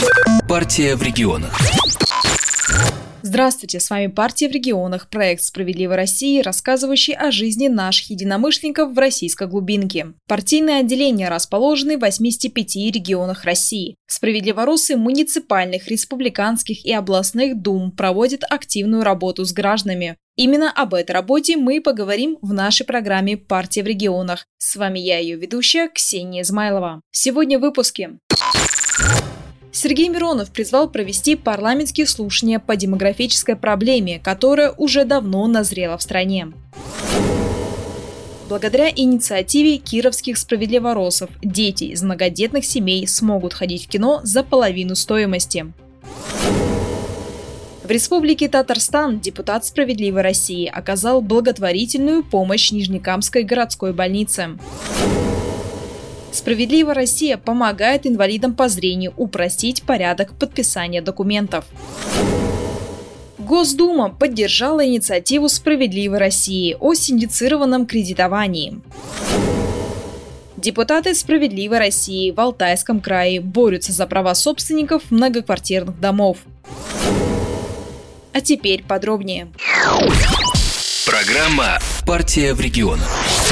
Партия в регионах. Здравствуйте, с вами «Партия в регионах», проект «Справедливой России», рассказывающий о жизни наших единомышленников в российской глубинке. Партийные отделения расположены в 85 регионах России. Справедливоросы муниципальных, республиканских и областных дум проводят активную работу с гражданами. Именно об этой работе мы поговорим в нашей программе «Партия в регионах». С вами я, ее ведущая, Ксения Измайлова. Сегодня в выпуске. Сергей Миронов призвал провести парламентские слушания по демографической проблеме, которая уже давно назрела в стране. Благодаря инициативе кировских справедливоросов дети из многодетных семей смогут ходить в кино за половину стоимости. В Республике Татарстан депутат «Справедливой России» оказал благотворительную помощь Нижнекамской городской больнице. «Справедливая Россия» помогает инвалидам по зрению упростить порядок подписания документов. Госдума поддержала инициативу «Справедливой России» о синдицированном кредитовании. Депутаты «Справедливой России» в Алтайском крае борются за права собственников многоквартирных домов. А теперь подробнее. Программа «Партия в регионах».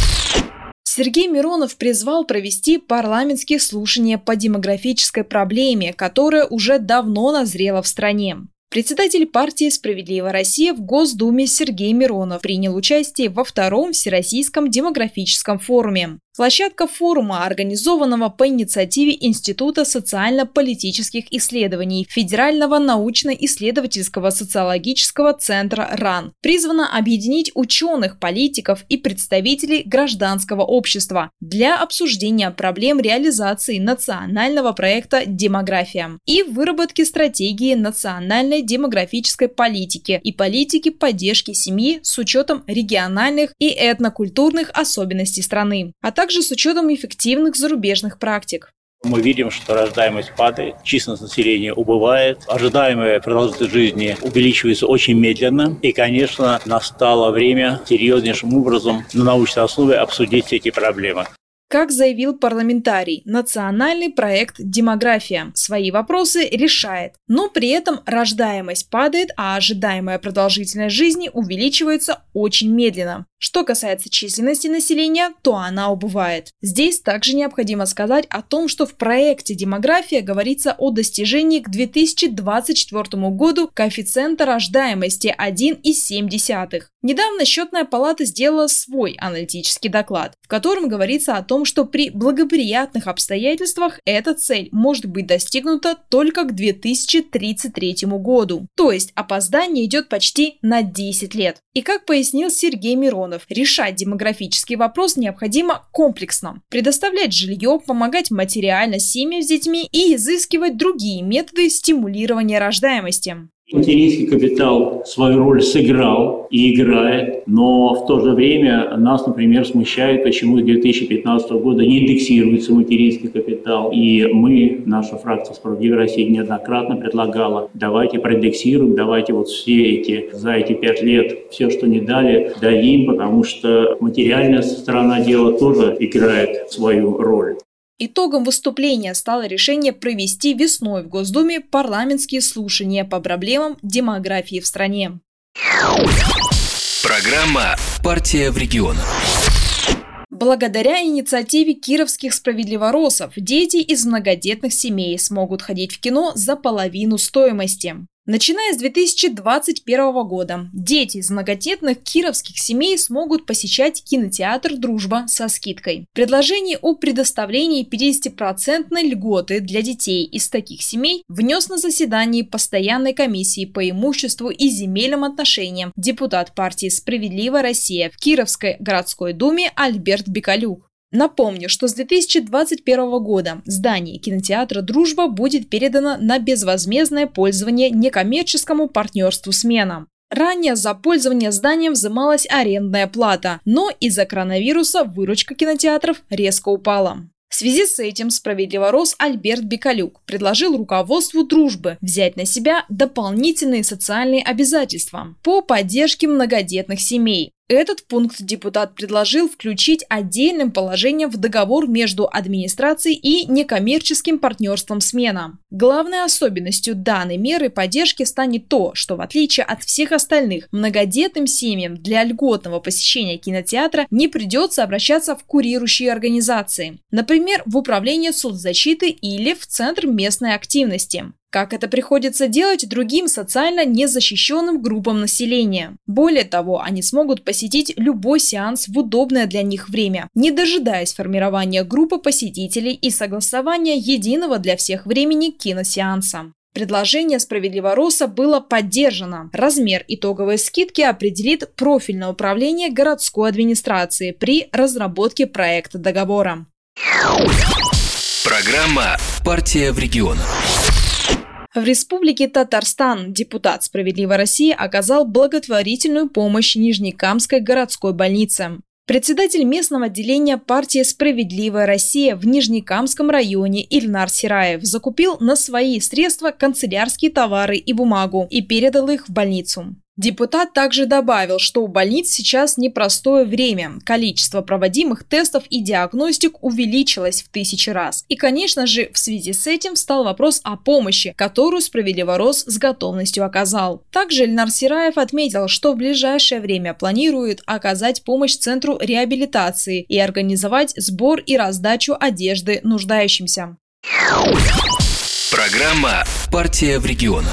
Сергей Миронов призвал провести парламентские слушания по демографической проблеме, которая уже давно назрела в стране. Председатель партии «Справедливая Россия» в Госдуме Сергей Миронов принял участие во втором Всероссийском демографическом форуме. Площадка форума, организованного по инициативе Института социально-политических исследований Федерального научно-исследовательского социологического центра РАН, призвана объединить ученых, политиков и представителей гражданского общества для обсуждения проблем реализации национального проекта «Демография» и выработки стратегии национальной демографической политики и политики поддержки семьи с учетом региональных и этнокультурных особенностей страны, а также с учетом эффективных зарубежных практик. Мы видим, что рождаемость падает, численность населения убывает, ожидаемая продолжительность жизни увеличивается очень медленно. И, конечно, настало время серьезнейшим образом на научной основе обсудить все эти проблемы. Как заявил парламентарий, национальный проект «Демография» свои вопросы решает, но при этом рождаемость падает, а ожидаемая продолжительность жизни увеличивается очень медленно. Что касается численности населения, то она убывает. Здесь также необходимо сказать о том, что в проекте «Демография» говорится о достижении к 2024 году коэффициента рождаемости 1,7. Недавно Счетная палата сделала свой аналитический доклад, в котором говорится о том, что при благоприятных обстоятельствах эта цель может быть достигнута только к 2033 году. То есть опоздание идет почти на 10 лет. И как пояснил Сергей Миронов, решать демографический вопрос необходимо комплексно. Предоставлять жилье, помогать материально семьям с детьми и изыскивать другие методы стимулирования рождаемости. Материнский капитал свою роль сыграл и играет, но в то же время нас, например, смущает, почему с 2015 года не индексируется материнский капитал. И мы, наша фракция «Справедливая Россия» неоднократно предлагала, давайте проиндексируем, давайте вот за эти 5 лет все, что не дали, дадим, потому что материальная сторона дела тоже играет свою роль. Итогом выступления стало решение провести весной в Госдуме парламентские слушания по проблемам демографии в стране. Программа «Партия в регионах». Благодаря инициативе кировских справедливоросов дети из многодетных семей смогут ходить в кино за половину стоимости. Начиная с 2021 года дети из многодетных кировских семей смогут посещать кинотеатр «Дружба» со скидкой. Предложение о предоставлении 50% льготы для детей из таких семей внес на заседании постоянной комиссии по имуществу и земельным отношениям депутат партии «Справедливая Россия» в Кировской городской думе Альберт Бикалюк. Напомню, что с 2021 года здание кинотеатра «Дружба» будет передано на безвозмездное пользование некоммерческому партнерству «Смена». Ранее за пользование зданием взималась арендная плата, но из-за коронавируса выручка кинотеатров резко упала. В связи с этим справедливорос Альберт Бикалюк предложил руководству «Дружбы» взять на себя дополнительные социальные обязательства по поддержке многодетных семей. Этот пункт депутат предложил включить отдельным положением в договор между администрацией и некоммерческим партнерством «Смена». Главной особенностью данной меры поддержки станет то, что в отличие от всех остальных, многодетным семьям для льготного посещения кинотеатра не придется обращаться в курирующие организации, например, в Управление соцзащиты или в Центр местной активности, как это приходится делать другим социально незащищенным группам населения. Более того, они смогут посетить любой сеанс в удобное для них время, не дожидаясь формирования группы посетителей и согласования единого для всех времени киносеанса. Предложение «Справедливороса» было поддержано. Размер итоговой скидки определит профильное управление городской администрации при разработке проекта договора. Программа «Партия в регионах». В Республике Татарстан депутат «Справедливой России» оказал благотворительную помощь Нижнекамской городской больнице. Председатель местного отделения партии «Справедливая Россия» в Нижнекамском районе Ильнар Сираев закупил на свои средства канцелярские товары и бумагу и передал их в больницу. Депутат также добавил, что у больниц сейчас непростое время. Количество проводимых тестов и диагностик увеличилось в 1000 раз. И, конечно же, в связи с этим встал вопрос о помощи, которую «Справедливорос» с готовностью оказал. Также Ильнар Сираев отметил, что в ближайшее время планирует оказать помощь Центру реабилитации и организовать сбор и раздачу одежды нуждающимся. Программа «Партия в регионах».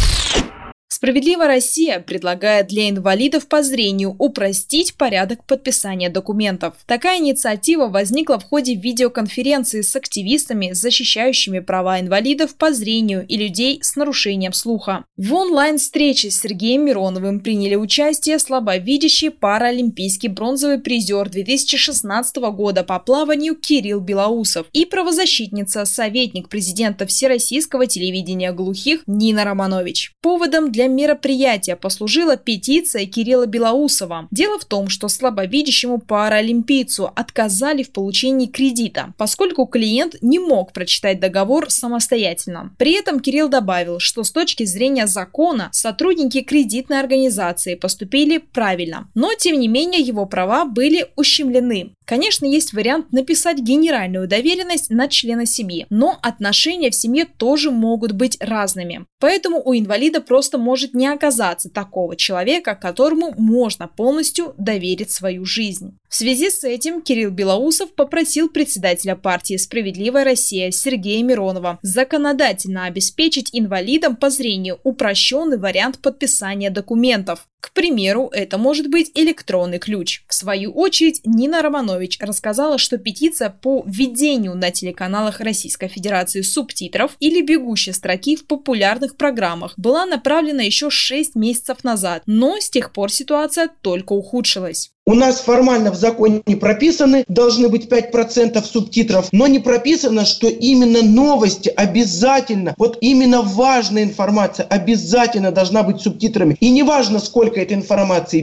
«Справедливая Россия» предлагает для инвалидов по зрению упростить порядок подписания документов. Такая инициатива возникла в ходе видеоконференции с активистами, защищающими права инвалидов по зрению и людей с нарушением слуха. В онлайн-встрече с Сергеем Мироновым приняли участие слабовидящий паралимпийский бронзовый призер 2016 года по плаванию Кирилл Белоусов и правозащитница, советник президента Всероссийского телевидения глухих Нина Романович. Поводом для мероприятия послужила петиция Кирилла Белоусова. Дело в том, что слабовидящему паралимпийцу отказали в получении кредита, поскольку клиент не мог прочитать договор самостоятельно. При этом Кирилл добавил, что с точки зрения закона сотрудники кредитной организации поступили правильно, но тем не менее его права были ущемлены. Конечно, есть вариант написать генеральную доверенность на члена семьи, но отношения в семье тоже могут быть разными. Поэтому у инвалида просто может не оказаться такого человека, которому можно полностью доверить свою жизнь. В связи с этим Кирилл Белоусов попросил председателя партии «Справедливая Россия» Сергея Миронова законодательно обеспечить инвалидам по зрению упрощенный вариант подписания документов. К примеру, это может быть электронный ключ. В свою очередь, Нина Романович рассказала, что петиция по введению на телеканалах Российской Федерации субтитров или бегущей строки в популярных программах была направлена еще 6 месяцев назад, но с тех пор ситуация только ухудшилась. У нас формально в законе не прописаны, должны быть 5% субтитров, но не прописано, что именно новости обязательно, вот именно важная информация обязательно должна быть субтитрами. И неважно, сколько этой информации,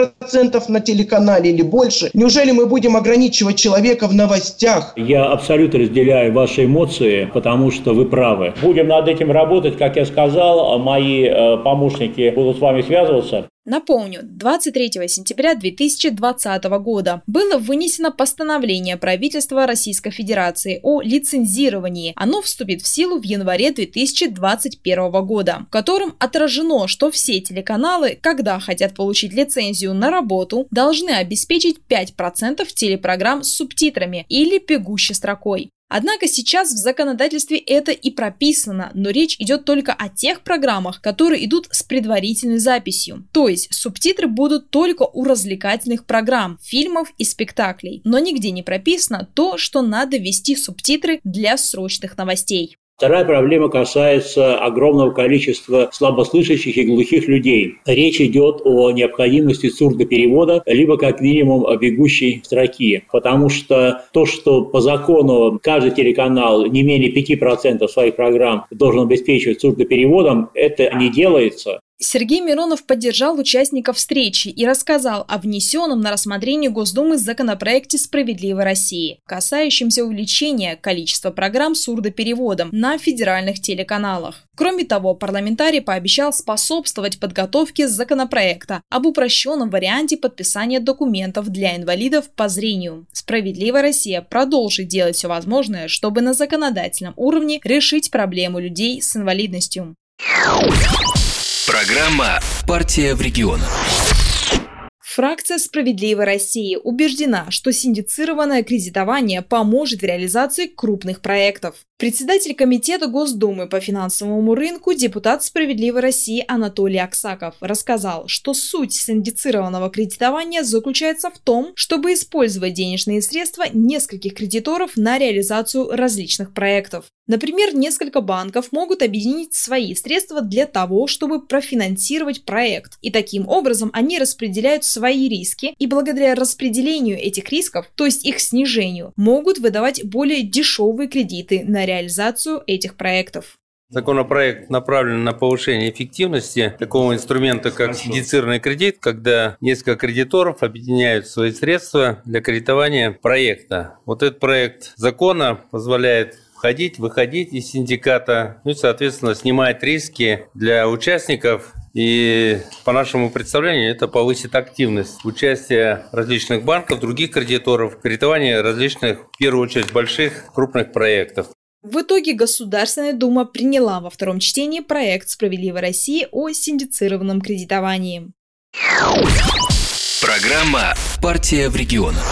5% на телеканале или больше. Неужели мы будем ограничивать человека в новостях? Я абсолютно разделяю ваши эмоции, потому что вы правы. Будем над этим работать, как я сказал, мои помощники будут с вами связываться. Напомню, 23 сентября 2020 года было вынесено постановление правительства Российской Федерации о лицензировании. Оно вступит в силу в январе 2021 года, в котором отражено, что все телеканалы, когда хотят получить лицензию на работу, должны обеспечить 5% телепрограмм с субтитрами или бегущей строкой. Однако сейчас в законодательстве это и прописано, но речь идет только о тех программах, которые идут с предварительной записью. То есть субтитры будут только у развлекательных программ, фильмов и спектаклей. Но нигде не прописано то, что надо ввести субтитры для срочных новостей. Вторая проблема касается огромного количества слабослышащих и глухих людей. Речь идет о необходимости сурдоперевода, либо как минимум о бегущей строки. Потому что то, что по закону каждый телеканал не менее 5% своих программ должен обеспечивать сурдопереводом, это не делается. Сергей Миронов поддержал участников встречи и рассказал о внесенном на рассмотрение Госдумы законопроекте «Справедливой России», касающемся увеличения количества программ с сурдопереводом на федеральных телеканалах. Кроме того, парламентарий пообещал способствовать подготовке законопроекта об упрощенном варианте подписания документов для инвалидов по зрению. «Справедливая Россия» продолжит делать все возможное, чтобы на законодательном уровне решить проблему людей с инвалидностью. Программа «Партия в регионах». Фракция «Справедливой России» убеждена, что синдицированное кредитование поможет в реализации крупных проектов. Председатель Комитета Госдумы по финансовому рынку, депутат «Справедливой России» Анатолий Аксаков рассказал, что суть синдицированного кредитования заключается в том, чтобы использовать денежные средства нескольких кредиторов на реализацию различных проектов. Например, несколько банков могут объединить свои средства для того, чтобы профинансировать проект. И таким образом они распределяют свои риски, и благодаря распределению этих рисков, то есть их снижению, могут выдавать более дешевые кредиты на реализацию этих проектов. Законопроект направлен на повышение эффективности такого инструмента, как синдицированный кредит, когда несколько кредиторов объединяют свои средства для кредитования проекта. Вот этот проект закона позволяет входить, выходить из синдиката, и, соответственно, снимает риски для участников. И по нашему представлению это повысит активность участия различных банков, других кредиторов, кредитования различных, в первую очередь, больших, крупных проектов. В итоге Государственная Дума приняла во втором чтении проект «Справедливой России» о синдицированном кредитовании. Программа «Партия в регионах».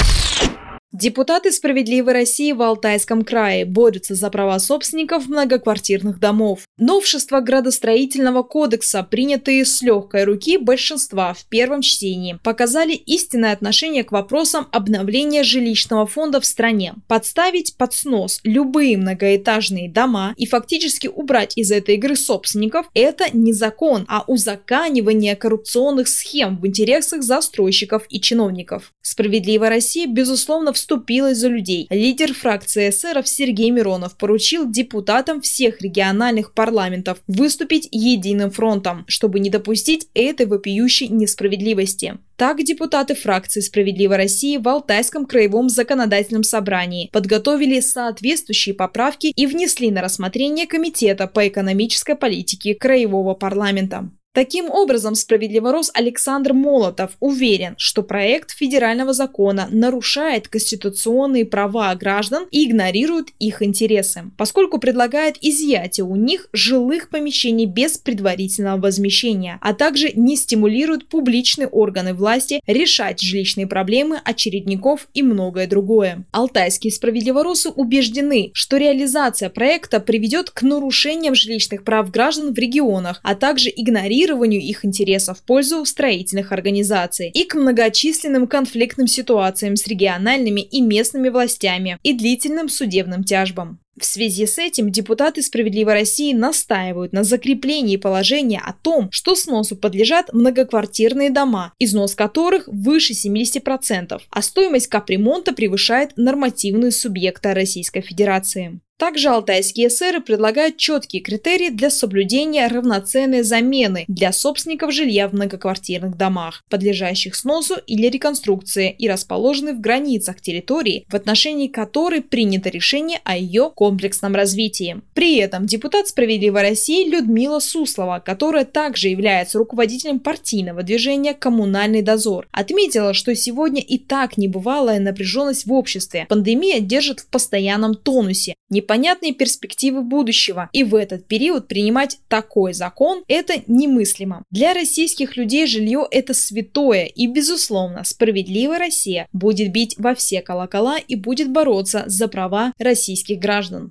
Депутаты «Справедливой России» в Алтайском крае борются за права собственников многоквартирных домов. Новшества градостроительного кодекса, принятые с легкой руки большинства в первом чтении, показали истинное отношение к вопросам обновления жилищного фонда в стране. Подставить под снос любые многоэтажные дома и фактически убрать из этой игры собственников – это не закон, а узаконивание коррупционных схем в интересах застройщиков и чиновников. «Справедливая Россия», безусловно, вступилась за людей. Лидер фракции эсеров Сергей Миронов поручил депутатам всех региональных парламентов выступить единым фронтом, чтобы не допустить этой вопиющей несправедливости. Так, депутаты фракции «Справедливой России» в Алтайском краевом законодательном собрании подготовили соответствующие поправки и внесли на рассмотрение Комитета по экономической политике краевого парламента. Таким образом, справедливорос Александр Молотов уверен, что проект федерального закона нарушает конституционные права граждан и игнорирует их интересы, поскольку предлагает изъятие у них жилых помещений без предварительного возмещения, а также не стимулирует публичные органы власти решать жилищные проблемы очередников и многое другое. Алтайские справедливоросы убеждены, что реализация проекта приведет к нарушениям жилищных прав граждан в регионах, а также игнорированию их интересов в пользу строительных организаций и к многочисленным конфликтным ситуациям с региональными и местными властями и длительным судебным тяжбам. В связи с этим депутаты «Справедливой России» настаивают на закреплении положения о том, что сносу подлежат многоквартирные дома, износ которых выше 70%, а стоимость капремонта превышает нормативную субъекта Российской Федерации. Также алтайские эсеры предлагают четкие критерии для соблюдения равноценной замены для собственников жилья в многоквартирных домах, подлежащих сносу или реконструкции и расположенных в границах территории, в отношении которой принято решение о ее комплексном развитии. При этом депутат «Справедливой России» Людмила Суслова, которая также является руководителем партийного движения «Коммунальный дозор», отметила, что сегодня и так небывалая напряженность в обществе. Пандемия держит в постоянном тонусе. Непонятные перспективы будущего, и в этот период принимать такой закон – это немыслимо. Для российских людей жилье – это святое, и, безусловно, «Справедливая Россия» будет бить во все колокола и будет бороться за права российских граждан.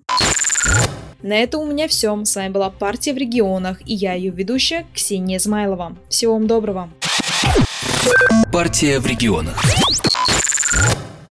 На этом у меня все. С вами была «Партия в регионах» и я, ее ведущая, Ксения Измайлова. Всего вам доброго. «Партия в регионах».